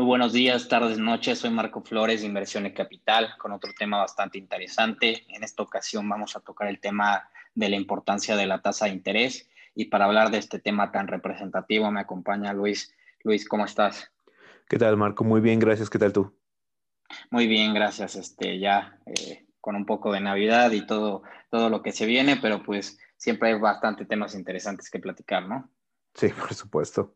Muy buenos días, tardes, noches. Soy Marco Flores de Inversión en Capital con otro tema bastante interesante. En esta ocasión vamos a tocar el tema de la importancia de la tasa de interés y para hablar de este tema tan representativo me acompaña Luis. Luis, ¿cómo estás? ¿Qué tal, Marco? Muy bien, gracias. ¿Qué tal tú? Muy bien, gracias. Ya con un poco de Navidad y todo lo que se viene, pero pues siempre hay bastante temas interesantes que platicar, ¿no? Sí, por supuesto.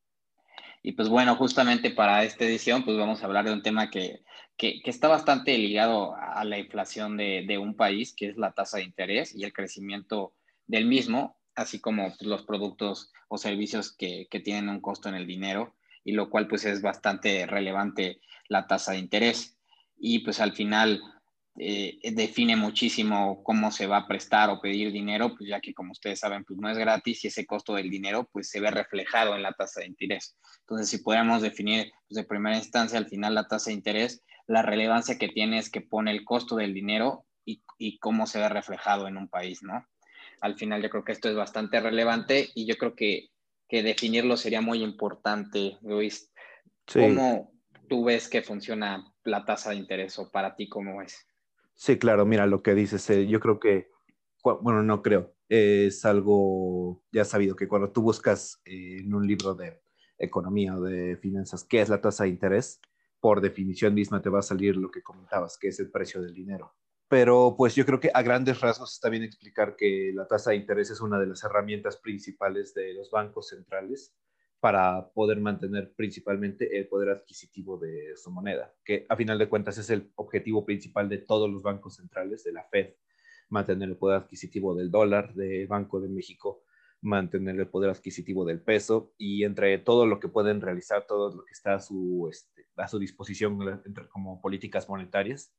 Y pues bueno, justamente para esta edición, pues vamos a hablar de un tema que está bastante ligado a la inflación de un país, que es la tasa de interés y el crecimiento del mismo, así como pues, los productos o servicios que tienen un costo en el dinero, y lo cual pues es bastante relevante la tasa de interés. Y pues al final define muchísimo cómo se va a prestar o pedir dinero, pues ya que como ustedes saben, pues no es gratis y ese costo del dinero pues se ve reflejado en la tasa de interés. Entonces, si podemos definir pues, de primera instancia al final la tasa de interés, la relevancia que tiene es que pone el costo del dinero y cómo se ve reflejado en un país, ¿no? Al final yo creo que esto es bastante relevante y yo creo que definirlo sería muy importante, Luis. Sí, ¿Cómo tú ves que funciona la tasa de interés o para ti cómo es? sí, claro, mira lo que dices. Yo creo que, bueno, no creo, es algo ya sabido que cuando tú buscas en un libro de economía o de finanzas qué es la tasa de interés, por definición misma te va a salir lo que comentabas, que es el precio del dinero. Pero pues yo creo que a grandes rasgos está bien explicar que la tasa de interés es una de las herramientas principales de los bancos centrales para poder mantener principalmente el poder adquisitivo de su moneda, que a final de cuentas es el objetivo principal de todos los bancos centrales, de la Fed, mantener el poder adquisitivo del dólar, del Banco de México, mantener el poder adquisitivo del peso y entre todo lo que pueden realizar, todo lo que está a su disposición entre, como políticas monetarias,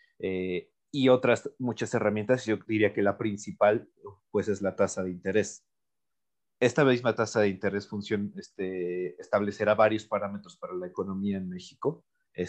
y otras muchas herramientas, yo diría que la principal pues es la tasa de interés. Esta misma tasa de interés establecerá varios parámetros para la economía en México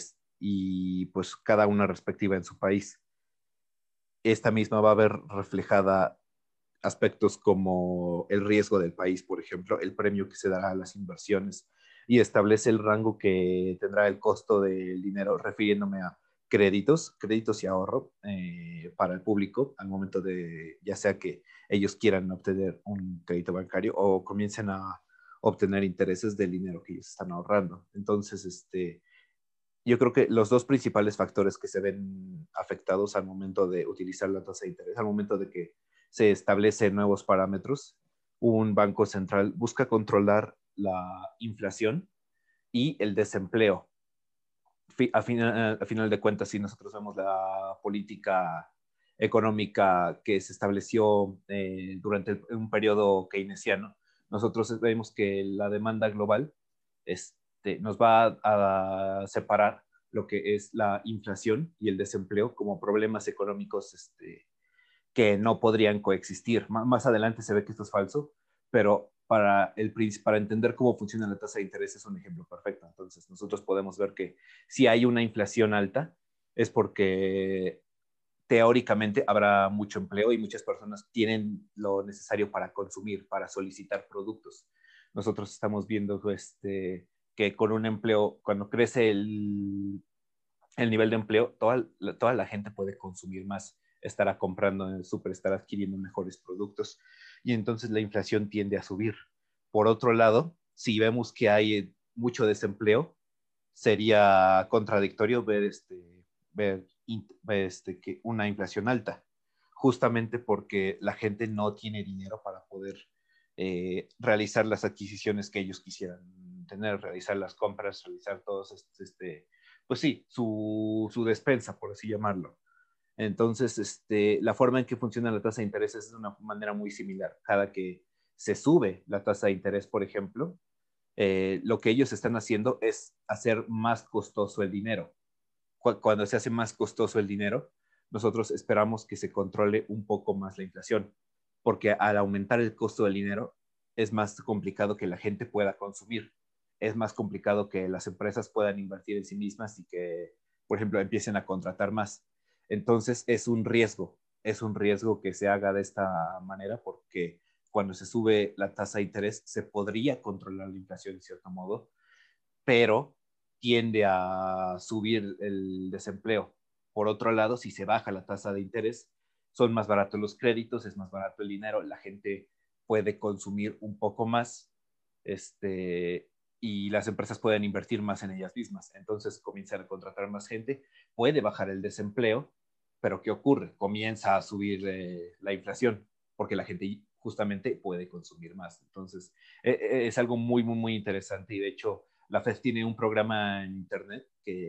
y pues cada una respectiva en su país. Esta misma va a ver reflejada aspectos como el riesgo del país, por ejemplo, el premio que se dará a las inversiones y establece el rango que tendrá el costo del dinero, refiriéndome a créditos y ahorro para el público al momento de, ya sea que ellos quieran obtener un crédito bancario o comiencen a obtener intereses del dinero que ellos están ahorrando. Entonces, yo creo que los dos principales factores que se ven afectados al momento de utilizar la tasa de interés, al momento de que se establecen nuevos parámetros, un banco central busca controlar la inflación y el desempleo. A final de cuentas, si nosotros vemos la política económica que se estableció durante un periodo keynesiano, nosotros vemos que la demanda global nos va a separar lo que es la inflación y el desempleo como problemas económicos que no podrían coexistir. Más adelante se ve que esto es falso, pero para entender cómo funciona la tasa de interés es un ejemplo perfecto. Entonces, nosotros podemos ver que si hay una inflación alta, es porque teóricamente habrá mucho empleo y muchas personas tienen lo necesario para consumir, para solicitar productos. Nosotros estamos viendo que con un empleo, cuando crece el nivel de empleo, toda la gente puede consumir más, estará comprando en el súper, estará adquiriendo mejores productos y entonces la inflación tiende a subir. Por otro lado, si vemos que hay mucho desempleo, sería contradictorio ver que una inflación alta, justamente porque la gente no tiene dinero para poder realizar las adquisiciones que ellos quisieran tener, realizar las compras, realizar todos pues sí, su despensa, por así llamarlo. Entonces, la forma en que funciona la tasa de interés es de una manera muy similar. Cada que se sube la tasa de interés, por ejemplo, lo que ellos están haciendo es hacer más costoso el dinero. Cuando se hace más costoso el dinero, nosotros esperamos que se controle un poco más la inflación, porque al aumentar el costo del dinero es más complicado que la gente pueda consumir, es más complicado que las empresas puedan invertir en sí mismas y que, por ejemplo, empiecen a contratar más. Entonces es un riesgo que se haga de esta manera porque cuando se sube la tasa de interés se podría controlar la inflación de cierto modo, pero tiende a subir el desempleo. Por otro lado, si se baja la tasa de interés, son más baratos los créditos, es más barato el dinero, la gente puede consumir un poco más, y las empresas pueden invertir más en ellas mismas. Entonces comienzan a contratar más gente, puede bajar el desempleo, pero ¿qué ocurre? Comienza a subir la inflación, porque la gente justamente puede consumir más. Entonces, es algo muy, muy, muy interesante, y de hecho la FED tiene un programa en internet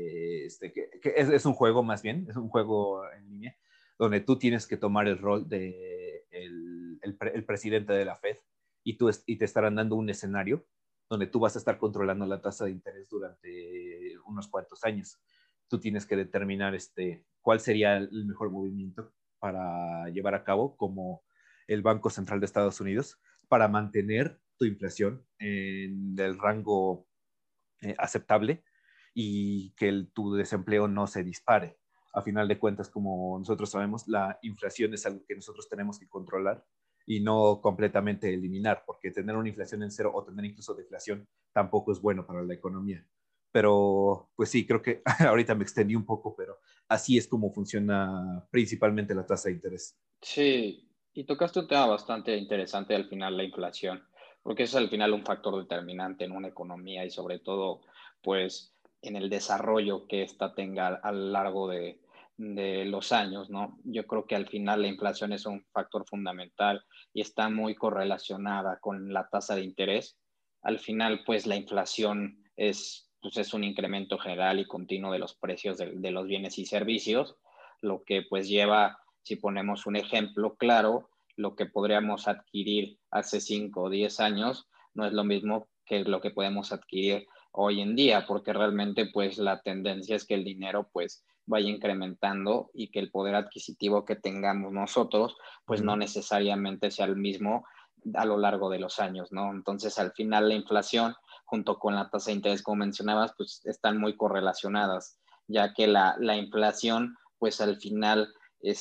que es un juego más bien, es un juego en línea, donde tú tienes que tomar el rol de el presidente de la FED, y te estarán dando un escenario donde tú vas a estar controlando la tasa de interés durante unos cuantos años. Tú tienes que determinar cuál sería el mejor movimiento para llevar a cabo como el Banco Central de Estados Unidos para mantener tu inflación en el rango aceptable, y que tu desempleo no se dispare. A final de cuentas, como nosotros sabemos, la inflación es algo que nosotros tenemos que controlar y no completamente eliminar, porque tener una inflación en cero o tener incluso deflación tampoco es bueno para la economía. Pero, pues sí, creo que ahorita me extendí un poco, pero así es como funciona principalmente la tasa de interés. Sí, y tocaste un tema bastante interesante al final, la inflación, porque es al final un factor determinante en una economía y sobre todo, pues, en el desarrollo que ésta tenga a lo largo de los años, ¿no? Yo creo que al final la inflación es un factor fundamental y está muy correlacionada con la tasa de interés. Al final, pues, la inflación pues, es un incremento general y continuo de los precios de los bienes y servicios, lo que pues lleva, si ponemos un ejemplo claro, lo que podríamos adquirir hace 5 o 10 años no es lo mismo que lo que podemos adquirir hoy en día, porque realmente pues la tendencia es que el dinero pues vaya incrementando y que el poder adquisitivo que tengamos nosotros pues no Ujú. necesariamente sea el mismo a lo largo de los años, ¿no? Entonces al final la inflación junto con la tasa de interés, como mencionabas, pues están muy correlacionadas, ya que la inflación pues al final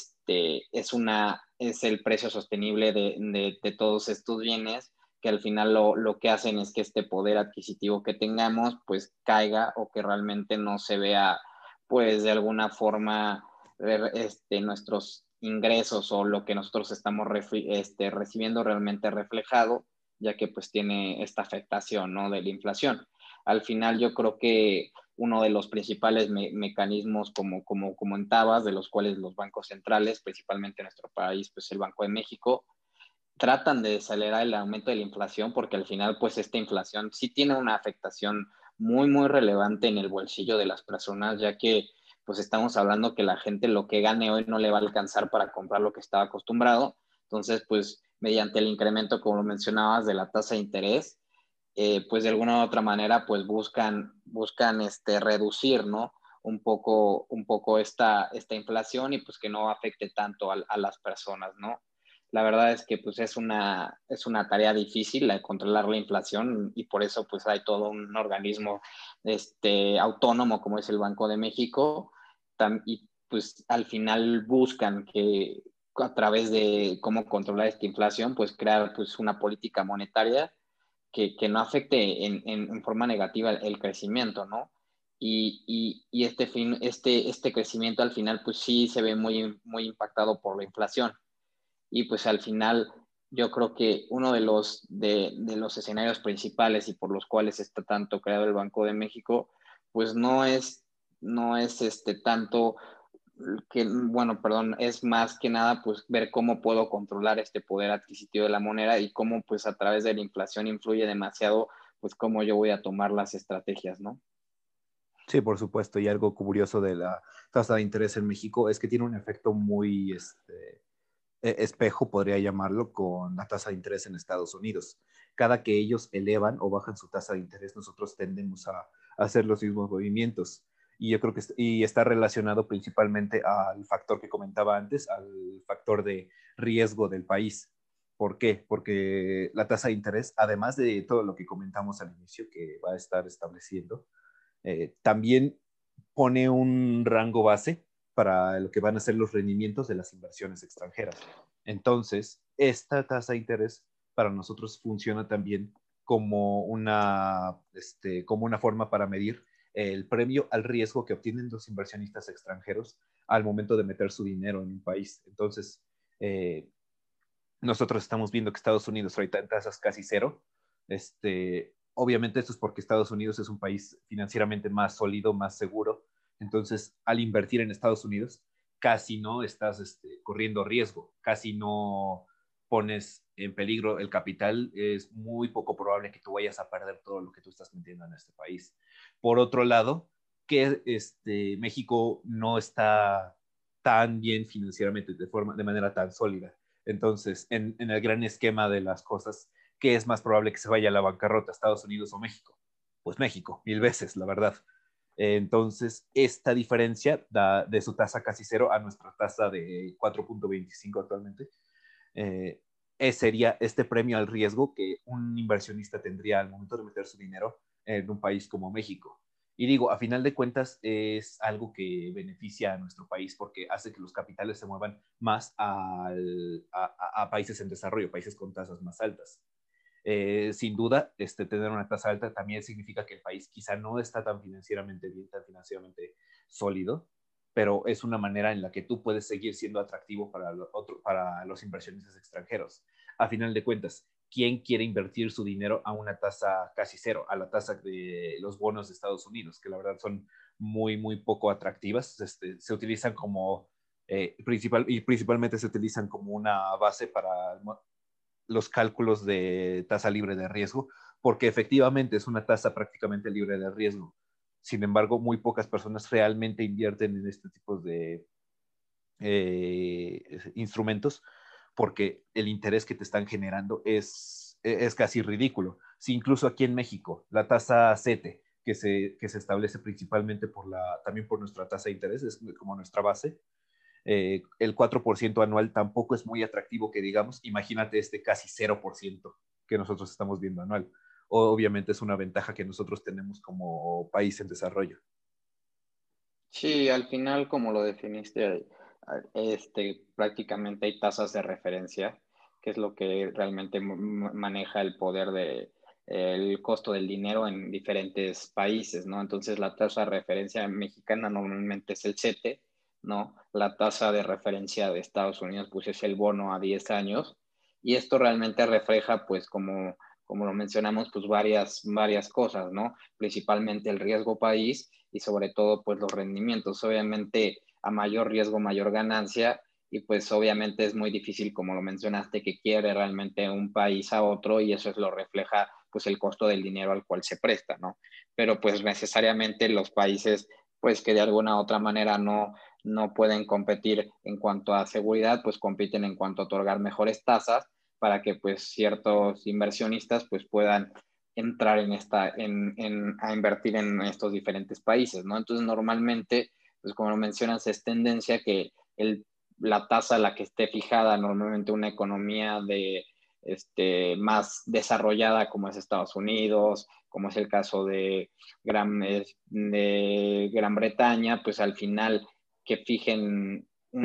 es el precio sostenible de todos estos bienes, que al final lo que hacen es que este poder adquisitivo que tengamos pues caiga o que realmente no se vea pues de alguna forma nuestros ingresos o lo que nosotros estamos recibiendo realmente reflejado, ya que pues tiene esta afectación, ¿no?, de la inflación. Al final yo creo que uno de los principales mecanismos, como comentabas, de los cuales los bancos centrales, principalmente en nuestro país, pues el Banco de México, tratan de acelerar el aumento de la inflación, porque al final, pues esta inflación sí tiene una afectación muy, muy relevante en el bolsillo de las personas, ya que pues estamos hablando que la gente lo que gane hoy no le va a alcanzar para comprar lo que estaba acostumbrado. Entonces, pues mediante el incremento, como lo mencionabas, de la tasa de interés, pues de alguna u otra manera, pues buscan reducir, ¿no? Un poco esta inflación y pues que no afecte tanto a las personas, ¿no? La verdad es que pues es una tarea difícil la de controlar la inflación y por eso pues hay todo un organismo autónomo como es el Banco de México y pues al final buscan que a través de cómo controlar esta inflación pues crear pues una política monetaria que no afecte en forma negativa el crecimiento, ¿no? Y este crecimiento al final pues sí se ve muy, muy impactado por la inflación. Y pues al final yo creo que uno de los escenarios principales y por los cuales está tanto creado el Banco de México, pues no es tanto que, bueno, perdón, es más que nada pues ver cómo puedo controlar este poder adquisitivo de la moneda y cómo pues a través de la inflación influye demasiado pues cómo yo voy a tomar las estrategias, ¿no? Sí, por supuesto. Y algo curioso de la tasa de interés en México es que tiene un efecto muy espejo, podría llamarlo, con la tasa de interés en Estados Unidos. Cada que ellos elevan o bajan su tasa de interés, nosotros tendemos a hacer los mismos movimientos. Y yo creo que y está relacionado principalmente al factor que comentaba antes, al factor de riesgo del país. ¿Por qué? Porque la tasa de interés, además de todo lo que comentamos al inicio, que va a estar estableciendo, también pone un rango base para lo que van a ser los rendimientos de las inversiones extranjeras. Entonces, esta tasa de interés para nosotros funciona también como una forma para medir el premio al riesgo que obtienen los inversionistas extranjeros al momento de meter su dinero en un país. Entonces, nosotros estamos viendo que Estados Unidos ahorita en tasas casi cero. Obviamente esto es porque Estados Unidos es un país financieramente más sólido, más seguro. Entonces, al invertir en Estados Unidos, casi no estás corriendo riesgo, casi no pones en peligro el capital. Es muy poco probable que tú vayas a perder todo lo que tú estás metiendo en este país. Por otro lado, que México no está tan bien financieramente, de manera tan sólida. Entonces, en el gran esquema de las cosas, ¿qué es más probable que se vaya a la bancarrota, Estados Unidos o México? Pues México, 1000 veces, la verdad. Entonces, esta diferencia da de su tasa casi cero a nuestra tasa de 4.25 actualmente, eh, sería este premio al riesgo que un inversionista tendría al momento de meter su dinero en un país como México. Y digo, a final de cuentas es algo que beneficia a nuestro país porque hace que los capitales se muevan más a países en desarrollo, países con tasas más altas. Sin duda, tener una tasa alta también significa que el país quizá no está tan financieramente bien, tan financieramente sólido, pero es una manera en la que tú puedes seguir siendo atractivo para los inversionistas extranjeros. A final de cuentas, ¿quién quiere invertir su dinero a una tasa casi cero, a la tasa de los bonos de Estados Unidos, que la verdad son muy, muy poco atractivas? Se utilizan como, principalmente se utilizan como una base para los cálculos de tasa libre de riesgo, porque efectivamente es una tasa prácticamente libre de riesgo. Sin embargo, muy pocas personas realmente invierten en este tipo de instrumentos porque el interés que te están generando es casi ridículo. Si incluso aquí en México, la tasa CETE, que se establece principalmente también por nuestra tasa de interés, es como nuestra base, el 4% anual tampoco es muy atractivo que digamos, imagínate casi 0% que nosotros estamos viendo anual. Obviamente es una ventaja que nosotros tenemos como país en desarrollo. Sí, al final, como lo definiste, prácticamente hay tasas de referencia, que es lo que realmente maneja el poder el costo del dinero en diferentes países, ¿no? Entonces, la tasa de referencia mexicana normalmente es el CETE, ¿no? La tasa de referencia de Estados Unidos, pues es el bono a 10 años, y esto realmente refleja, pues, como lo mencionamos, pues varias cosas, ¿no? Principalmente el riesgo país y sobre todo pues los rendimientos. Obviamente a mayor riesgo, mayor ganancia y pues obviamente es muy difícil, como lo mencionaste, que quiere realmente un país a otro y eso es lo refleja pues el costo del dinero al cual se presta, ¿no? Pero pues necesariamente los países pues que de alguna u otra manera no pueden competir en cuanto a seguridad, pues compiten en cuanto a otorgar mejores tasas para que pues ciertos inversionistas pues puedan entrar a invertir en estos diferentes países, ¿no? Entonces, normalmente, pues como lo mencionas, es tendencia que la tasa a la que esté fijada normalmente una economía más desarrollada como es Estados Unidos, como es el caso de Gran Bretaña, pues al final que fijen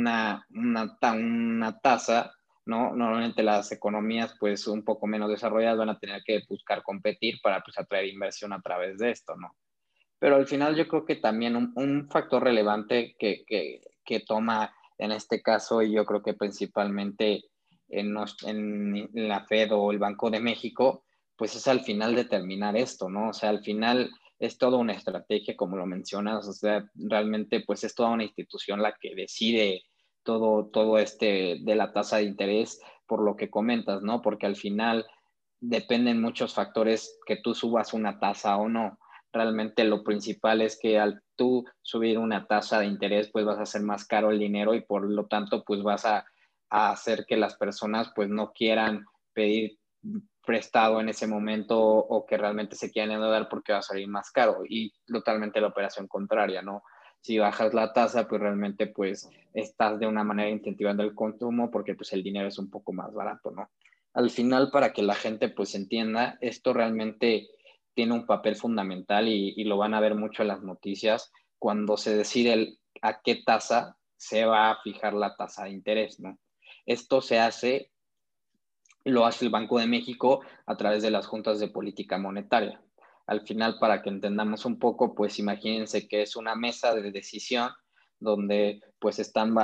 una tasa, ¿no? Normalmente las economías pues un poco menos desarrolladas van a tener que buscar competir para pues atraer inversión a través de esto, ¿no? Pero al final yo creo que también un factor relevante que toma en este caso, y yo creo que principalmente en la Fed o el Banco de México, pues es al final determinar esto, ¿no? O sea, al final es toda una estrategia, como lo mencionas, o sea, realmente pues es toda una institución la que decide todo de la tasa de interés por lo que comentas, ¿no? Porque al final dependen muchos factores que tú subas una tasa o no. Realmente lo principal es que al tú subir una tasa de interés, pues vas a hacer más caro el dinero y por lo tanto, pues vas a hacer que las personas pues no quieran pedir prestado en ese momento o que realmente se quieran endeudar porque va a salir más caro y totalmente la operación contraria, ¿no? Si bajas la tasa, pues realmente pues estás de una manera incentivando el consumo porque pues el dinero es un poco más barato, ¿no? Al final, para que la gente pues entienda, esto realmente tiene un papel fundamental y lo van a ver mucho en las noticias cuando se decide a qué tasa se va a fijar la tasa de interés, ¿no? Esto lo hace el Banco de México a través de las juntas de política monetaria. al final, para que entendamos un poco, pues imagínense que es una mesa de decisión donde pues están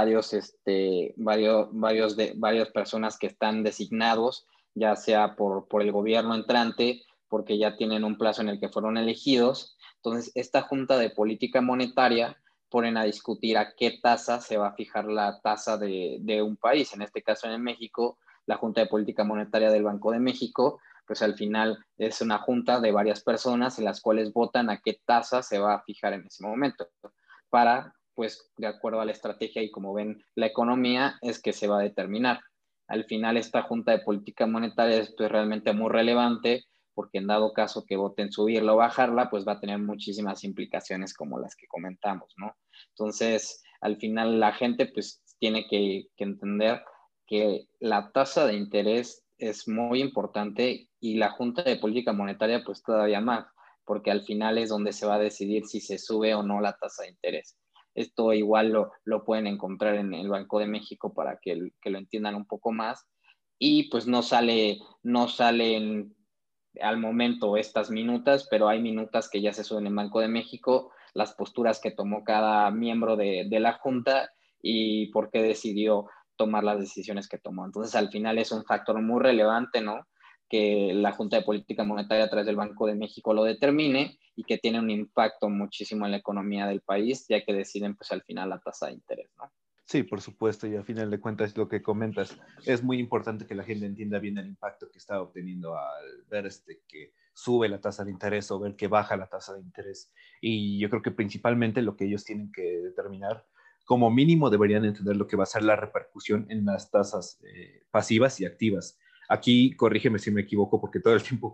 varias personas que están designados, ya sea por el gobierno entrante, porque ya tienen un plazo en el que fueron elegidos. Entonces, esta Junta de Política Monetaria ponen a discutir a qué tasa se va a fijar la tasa de un país. En este caso, en México, la Junta de Política Monetaria del Banco de México, pues al final es una junta de varias personas en las cuales votan a qué tasa se va a fijar en ese momento para, pues, de acuerdo a la estrategia y como ven la economía, es que se va a determinar. Al final, esta Junta de Política Monetaria esto es realmente muy relevante porque en dado caso que voten subirla o bajarla, pues va a tener muchísimas implicaciones como las que comentamos, ¿no? Entonces, al final la gente pues tiene que entender que la tasa de interés es muy importante y la Junta de Política Monetaria pues todavía más, porque al final es donde se va a decidir si se sube o no la tasa de interés. Esto igual lo pueden encontrar en el Banco de México para que lo entiendan un poco más. Y pues no salen al momento estas minutas, pero hay minutas que ya se suben en Banco de México, las posturas que tomó cada miembro de la Junta y por qué decidió tomar las decisiones que tomó. Entonces, al final es un factor muy relevante, ¿no? Que la Junta de Política Monetaria a través del Banco de México lo determine y que tiene un impacto muchísimo en la economía del país, ya que deciden pues al final la tasa de interés, ¿no? Sí, por supuesto, y a final de cuentas lo que comentas, es muy importante que la gente entienda bien el impacto que está obteniendo al ver que sube la tasa de interés o ver que baja la tasa de interés. Y yo creo que principalmente lo que ellos tienen que determinar, como mínimo deberían entender lo que va a ser la repercusión en las tasas pasivas y activas. Aquí, corrígeme si me equivoco, porque todo el tiempo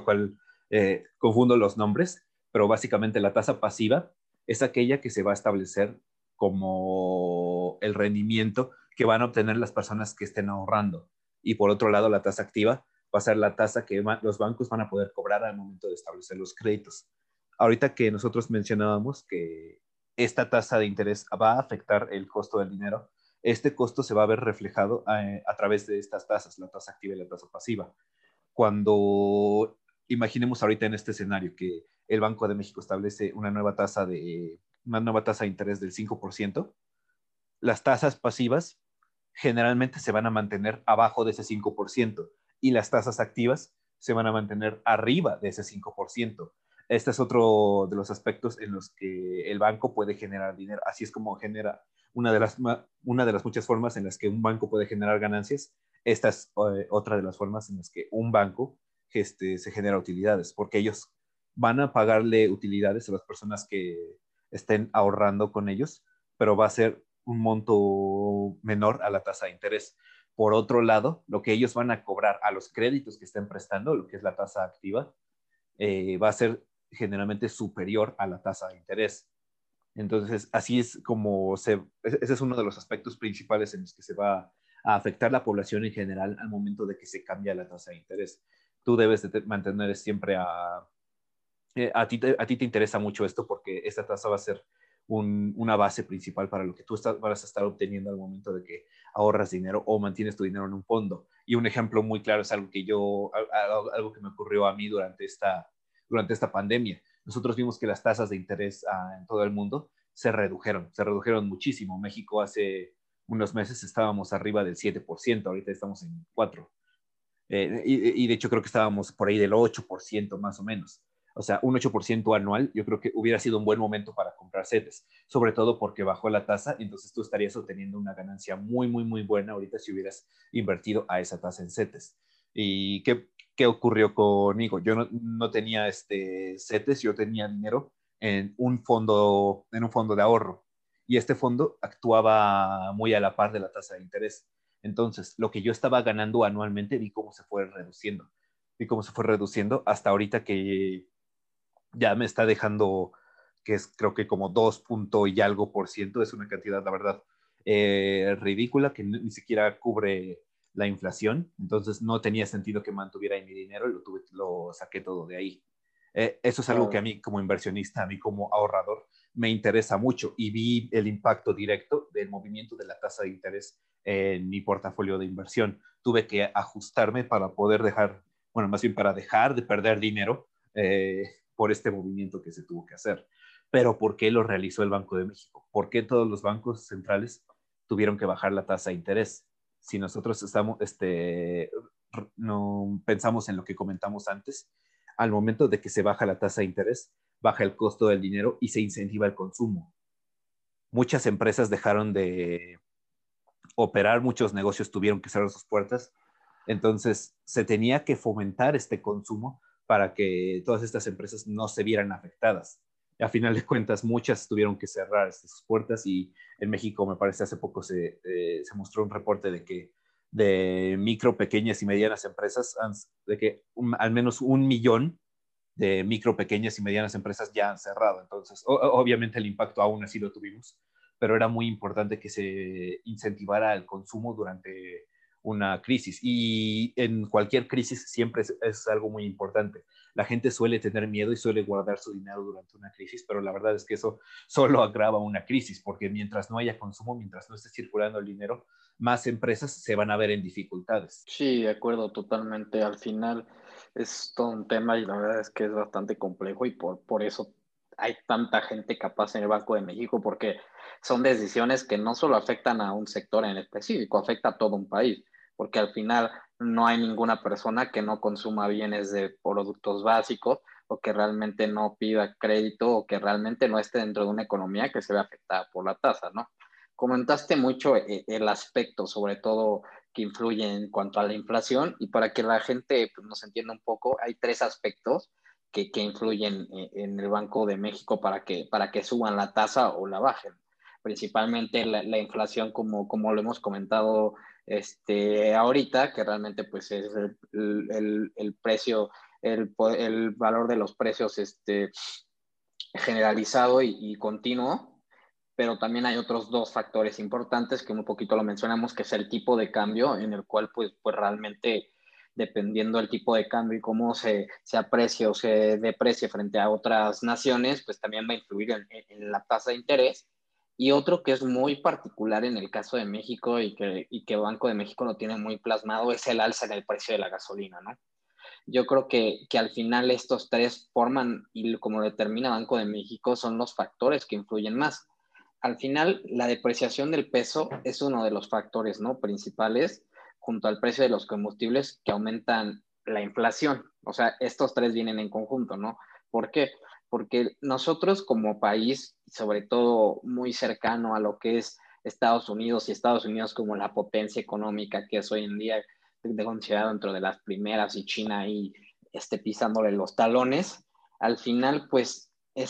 confundo los nombres, pero básicamente la tasa pasiva es aquella que se va a establecer como el rendimiento que van a obtener las personas que estén ahorrando. Y por otro lado, la tasa activa va a ser la tasa que los bancos van a poder cobrar al momento de establecer los créditos. Ahorita que nosotros mencionábamos que esta tasa de interés va a afectar el costo del dinero, este costo se va a ver reflejado a través de estas tasas, la tasa activa y la tasa pasiva. Cuando imaginemos ahorita en este escenario que el Banco de México establece una nueva tasa de interés del 5%, las tasas pasivas generalmente se van a mantener abajo de ese 5% y las tasas activas se van a mantener arriba de ese 5%. Este es otro de los aspectos en los que el banco puede generar dinero. Así es como genera una de las muchas formas en las que un banco puede generar ganancias. Esta es otra de las formas en las que un banco se genera utilidades, porque ellos van a pagarle utilidades a las personas que estén ahorrando con ellos, pero va a ser un monto menor a la tasa de interés. Por otro lado, lo que ellos van a cobrar a los créditos que estén prestando, lo que es la tasa activa, va a ser generalmente superior a la tasa de interés. Entonces, así es ese es uno de los aspectos principales en los que se va a afectar la población en general al momento de que se cambia la tasa de interés. Tú debes de mantener siempre a ti te interesa mucho esto porque esta tasa va a ser una base principal para lo que tú vas a estar obteniendo al momento de que ahorras dinero o mantienes tu dinero en un fondo. Y un ejemplo muy claro es algo que me ocurrió a mí durante esta pandemia. Nosotros vimos que las tasas de interés en todo el mundo se redujeron muchísimo. México hace unos meses estábamos arriba del 7%, ahorita estamos en 4%. Y de hecho creo que estábamos por ahí del 8% más o menos. O sea, un 8% anual, yo creo que hubiera sido un buen momento para comprar CETES, sobre todo porque bajó la tasa, entonces tú estarías obteniendo una ganancia muy, muy, muy buena ahorita si hubieras invertido a esa tasa en CETES. ¿Y qué ocurrió conmigo? Yo no tenía CETES, yo tenía dinero en un fondo de ahorro. Y este fondo actuaba muy a la par de la tasa de interés. Entonces, lo que yo estaba ganando anualmente, vi cómo se fue reduciendo hasta ahorita que ya me está dejando, que es creo que como 2 punto y algo por ciento, es una cantidad, la verdad, ridícula que ni siquiera cubre la inflación, entonces no tenía sentido que mantuviera ahí mi dinero, lo saqué todo de ahí. Eso es algo que a Claro. mí como inversionista, a mí como ahorrador, me interesa mucho y vi el impacto directo del movimiento de la tasa de interés en mi portafolio de inversión. Tuve que ajustarme para poder más bien para dejar de perder dinero por este movimiento que se tuvo que hacer. Pero ¿por qué lo realizó el Banco de México? ¿Por qué todos los bancos centrales tuvieron que bajar la tasa de interés? Si nosotros no pensamos en lo que comentamos antes, al momento de que se baja la tasa de interés, baja el costo del dinero y se incentiva el consumo. Muchas empresas dejaron de operar, muchos negocios tuvieron que cerrar sus puertas, entonces se tenía que fomentar este consumo para que todas estas empresas no se vieran afectadas. A final de cuentas, muchas tuvieron que cerrar sus puertas y en México, me parece, hace poco se mostró un reporte de que de micro, pequeñas y medianas empresas, de que al menos 1 millón de micro, pequeñas y medianas empresas ya han cerrado. Entonces, obviamente el impacto aún así lo tuvimos, pero era muy importante que se incentivara el consumo durante una crisis. Y en cualquier crisis siempre es algo muy importante. La gente suele tener miedo y suele guardar su dinero durante una crisis, pero la verdad es que eso solo agrava una crisis, porque mientras no haya consumo, mientras no esté circulando el dinero, más empresas se van a ver en dificultades. Sí, de acuerdo, totalmente. Al final es todo un tema y la verdad es que es bastante complejo y por eso hay tanta gente capaz en el Banco de México, porque son decisiones que no solo afectan a un sector en específico, afecta a todo un país, porque al final no hay ninguna persona que no consuma bienes de productos básicos o que realmente no pida crédito o que realmente no esté dentro de una economía que se ve afectada por la tasa, ¿no? Comentaste mucho el aspecto, sobre todo que influye en cuanto a la inflación y para que la gente pues, nos entienda un poco, hay tres aspectos que influyen en el Banco de México para que suban la tasa o la bajen. Principalmente la inflación, como lo hemos comentado ahorita, que realmente pues es el precio, el valor de los precios generalizado y continuo, pero también hay otros dos factores importantes que un poquito lo mencionamos, que es el tipo de cambio, en el cual pues realmente dependiendo del tipo de cambio y cómo se aprecia o se deprecia frente a otras naciones, pues también va a influir en la tasa de interés. Y otro que es muy particular en el caso de México y que Banco de México lo tiene muy plasmado es el alza en el precio de la gasolina, ¿no? Yo creo que al final estos tres forman, y como determina Banco de México, son los factores que influyen más. Al final, la depreciación del peso es uno de los factores, ¿no?, principales, junto al precio de los combustibles que aumentan la inflación. O sea, estos tres vienen en conjunto, ¿no? ¿Por qué? Porque nosotros como país, sobre todo muy cercano a lo que es Estados Unidos y Estados Unidos como la potencia económica que es hoy en día, considerado dentro de las primeras y China ahí pisándole los talones, al final pues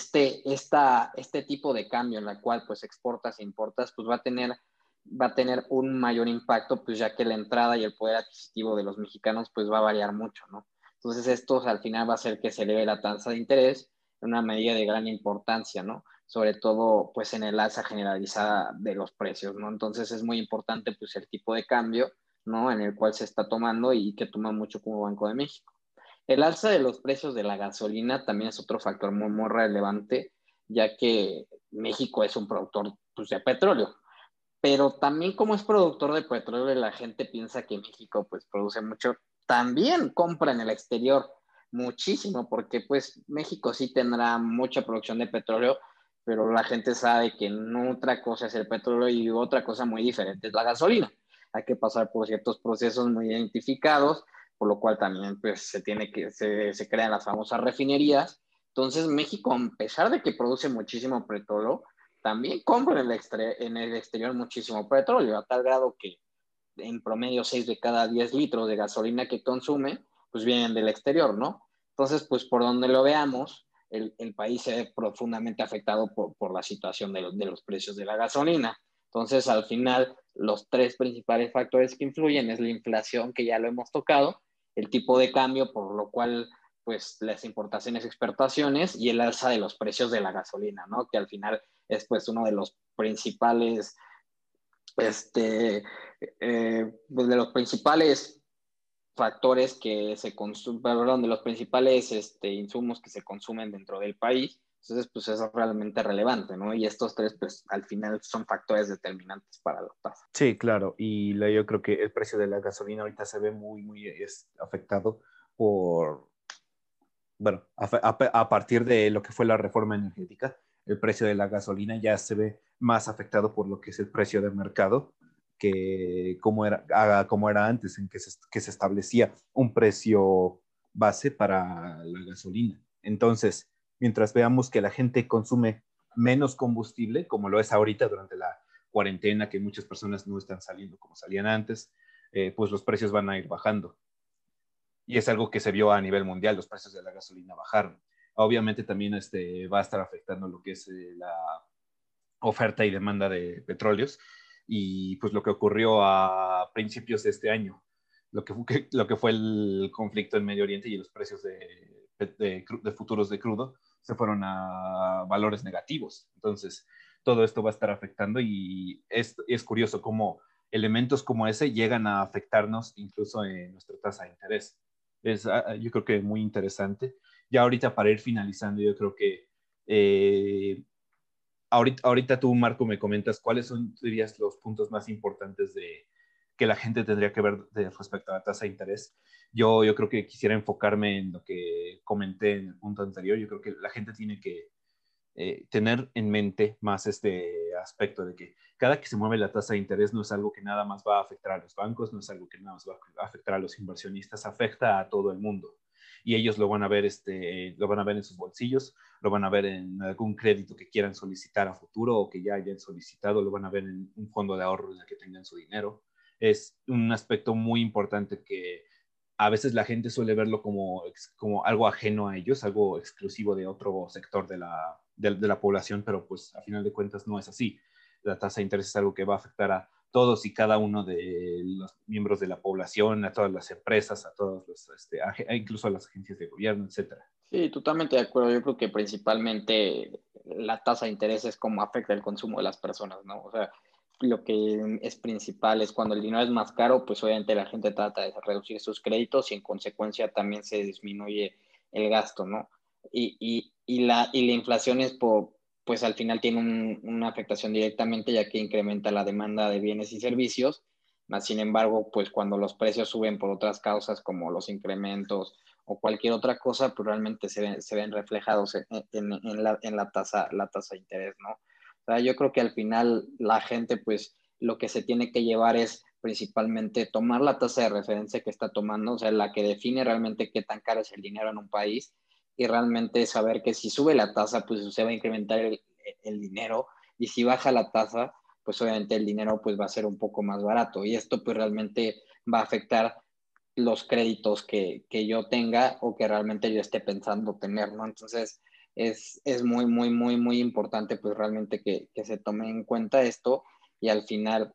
este tipo de cambio en la cual pues exportas e importas pues va a tener un mayor impacto pues ya que la entrada y el poder adquisitivo de los mexicanos pues va a variar mucho, ¿no? Entonces esto al final va a hacer que se eleve la tasa de interés en una medida de gran importancia, ¿no? Sobre todo pues en el alza generalizada de los precios, ¿no? Entonces es muy importante pues el tipo de cambio, ¿no?, en el cual se está tomando y que toma mucho como Banco de México. El alza de los precios de la gasolina también es otro factor muy, muy relevante, ya que México es un productor pues, de petróleo, pero también como es productor de petróleo, la gente piensa que México pues produce mucho, también compra en el exterior muchísimo, porque pues México sí tendrá mucha producción de petróleo, pero la gente sabe que no otra cosa es el petróleo y otra cosa muy diferente es la gasolina. Hay que pasar por ciertos procesos muy identificados, por lo cual también pues se crean las famosas refinerías. Entonces México, a pesar de que produce muchísimo petróleo, también compra en el exterior muchísimo petróleo, a tal grado que en promedio 6 de cada 10 litros de gasolina que consume, pues vienen del exterior, ¿no? Entonces, pues por donde lo veamos, el país se ve profundamente afectado por la situación de los precios de la gasolina. Entonces, al final, los tres principales factores que influyen es la inflación, que ya lo hemos tocado, el tipo de cambio, por lo cual pues las importaciones y exportaciones y el alza de los precios de la gasolina, ¿no? Que al final es pues uno de los principales pues de los principales factores que se consumen, perdón, de los principales insumos que se consumen dentro del país. Entonces, pues eso es realmente relevante, ¿no? Y estos tres, pues al final son factores determinantes para la tasa. Sí, claro, y yo creo que el precio de la gasolina ahorita se ve muy afectado por bueno, a partir de lo que fue la reforma energética, el precio de la gasolina ya se ve más afectado por lo que es el precio de mercado que como era antes, en que se establecía un precio base para la gasolina. Entonces, mientras veamos que la gente consume menos combustible, como lo es ahorita durante la cuarentena, que muchas personas no están saliendo como salían antes, pues los precios van a ir bajando. Y es algo que se vio a nivel mundial, los precios de la gasolina bajaron. Obviamente también va a estar afectando lo que es la oferta y demanda de petróleos y pues lo que ocurrió a principios de este año, lo que fue el conflicto en Medio Oriente y los precios de futuros de crudo se fueron a valores negativos. Entonces, todo esto va a estar afectando y es curioso cómo elementos como ese llegan a afectarnos incluso en nuestra tasa de interés. Yo creo que muy interesante. Ya ahorita para ir finalizando, yo creo que ahorita tú, Marco, me comentas cuáles son, dirías, los puntos más importantes que la gente tendría que ver respecto a la tasa de interés. Yo creo que quisiera enfocarme en lo que comenté en el punto anterior. Yo creo que la gente tiene que tener en mente más este aspecto de que cada que se mueve la tasa de interés no es algo que nada más va a afectar a los bancos, no es algo que nada más va a afectar a los inversionistas, afecta a todo el mundo. Y ellos lo van a ver, lo van a ver en sus bolsillos, lo van a ver en algún crédito que quieran solicitar a futuro o que ya hayan solicitado, lo van a ver en un fondo de ahorro en el que tengan su dinero. Es un aspecto muy importante que a veces la gente suele verlo como algo ajeno a ellos, algo exclusivo de otro sector de la población, pero pues a final de cuentas no es así. La tasa de interés es algo que va a afectar a todos y cada uno de los miembros de la población, a todas las empresas, a todos los, incluso a las agencias de gobierno, etcétera. Sí, totalmente de acuerdo. Yo creo que principalmente la tasa de interés es cómo afecta el consumo de las personas, ¿no? O sea, lo que es principal es cuando el dinero es más caro, pues obviamente la gente trata de reducir sus créditos y en consecuencia también se disminuye el gasto, ¿no? Y la inflación pues al final tiene una afectación directamente ya que incrementa la demanda de bienes y servicios. Más sin embargo, pues cuando los precios suben por otras causas como los incrementos o cualquier otra cosa, pues realmente se ven reflejados en la tasa de interés, ¿no? O sea, yo creo que al final la gente, pues, lo que se tiene que llevar es principalmente tomar la tasa de referencia que está tomando, o sea, la que define realmente qué tan caro es el dinero en un país y realmente saber que si sube la tasa, pues se va a incrementar el dinero y si baja la tasa, pues obviamente el dinero pues va a ser un poco más barato y esto pues realmente va a afectar los créditos que yo tenga o que realmente yo esté pensando tener, ¿no? Entonces, es muy, muy, muy, muy importante pues realmente que se tome en cuenta esto y al final,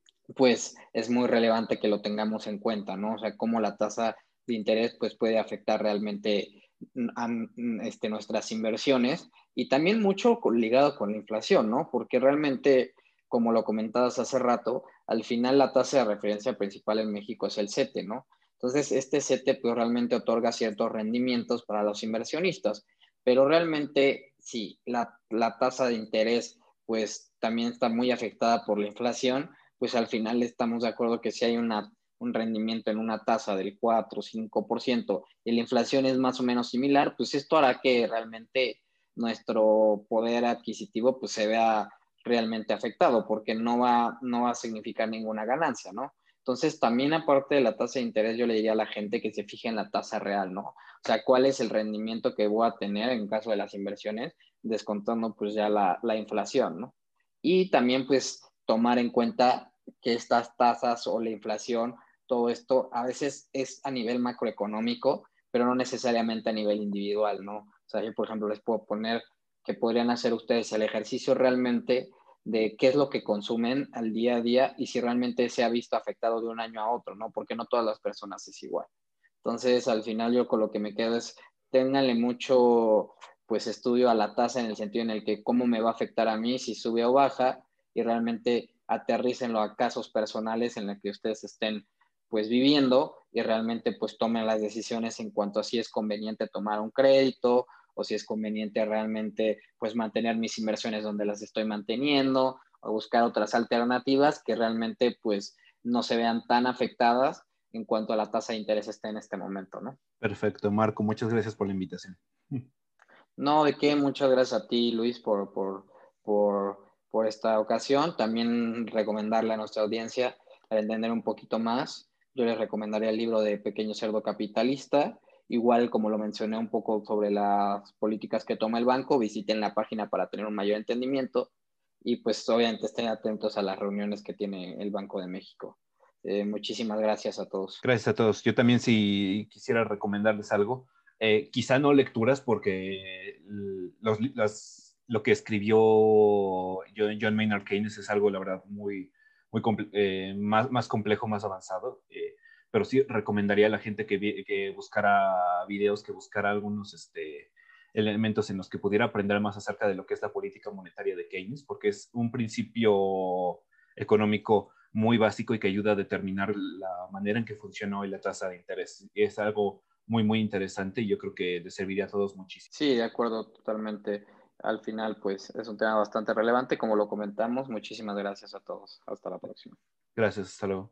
pues es muy relevante que lo tengamos en cuenta, ¿no? O sea, cómo la tasa de interés pues puede afectar realmente a nuestras inversiones y también mucho ligado con la inflación, ¿no? Porque realmente, como lo comentabas hace rato, al final la tasa de referencia principal en México es el CETE, ¿no? Entonces, este CETE pues realmente otorga ciertos rendimientos para los inversionistas, pero realmente sí, la tasa de interés pues también está muy afectada por la inflación, pues al final estamos de acuerdo que si hay un rendimiento en una tasa del 4 o 5% y la inflación es más o menos similar, pues esto hará que realmente nuestro poder adquisitivo pues se vea realmente afectado porque no va a significar ninguna ganancia, ¿no? Entonces, también aparte de la tasa de interés, yo le diría a la gente que se fije en la tasa real, ¿no? O sea, cuál es el rendimiento que voy a tener en caso de las inversiones, descontando pues ya la inflación, ¿no? Y también pues tomar en cuenta que estas tasas o la inflación, todo esto a veces es a nivel macroeconómico, pero no necesariamente a nivel individual, ¿no? O sea, yo por ejemplo les puedo poner que podrían hacer ustedes el ejercicio realmente de qué es lo que consumen al día a día y si realmente se ha visto afectado de un año a otro, ¿no? Porque no todas las personas es igual. Entonces, al final yo con lo que me quedo es, ténganle mucho, pues, estudio a la tasa en el sentido en el que cómo me va a afectar a mí si sube o baja y realmente aterrícenlo a casos personales en los que ustedes estén, pues, viviendo y realmente, pues, tomen las decisiones en cuanto a si es conveniente tomar un crédito o si es conveniente realmente pues mantener mis inversiones donde las estoy manteniendo o buscar otras alternativas que realmente pues no se vean tan afectadas en cuanto a la tasa de interés está en este momento, ¿no? Perfecto, Marco, muchas gracias por la invitación. No, de qué, muchas gracias a ti, Luis, por esta ocasión. También recomendarle a nuestra audiencia, para entender un poquito más, yo les recomendaría el libro de Pequeño Cerdo Capitalista. Igual, como lo mencioné un poco sobre las políticas que toma el banco, visiten la página para tener un mayor entendimiento y pues obviamente estén atentos a las reuniones que tiene el Banco de México. Muchísimas gracias a todos. Gracias a todos. Yo también si quisiera recomendarles algo, quizá no lecturas porque lo que escribió John Maynard Keynes es algo, la verdad, más complejo, más avanzado, pero sí recomendaría a la gente que buscara videos, que buscara algunos elementos en los que pudiera aprender más acerca de lo que es la política monetaria de Keynes, porque es un principio económico muy básico y que ayuda a determinar la manera en que funciona hoy la tasa de interés. Y es algo muy interesante y yo creo que les serviría a todos muchísimo. Sí, de acuerdo, totalmente. Al final, pues es un tema bastante relevante, como lo comentamos. Muchísimas gracias a todos. Hasta la próxima. Gracias, hasta luego.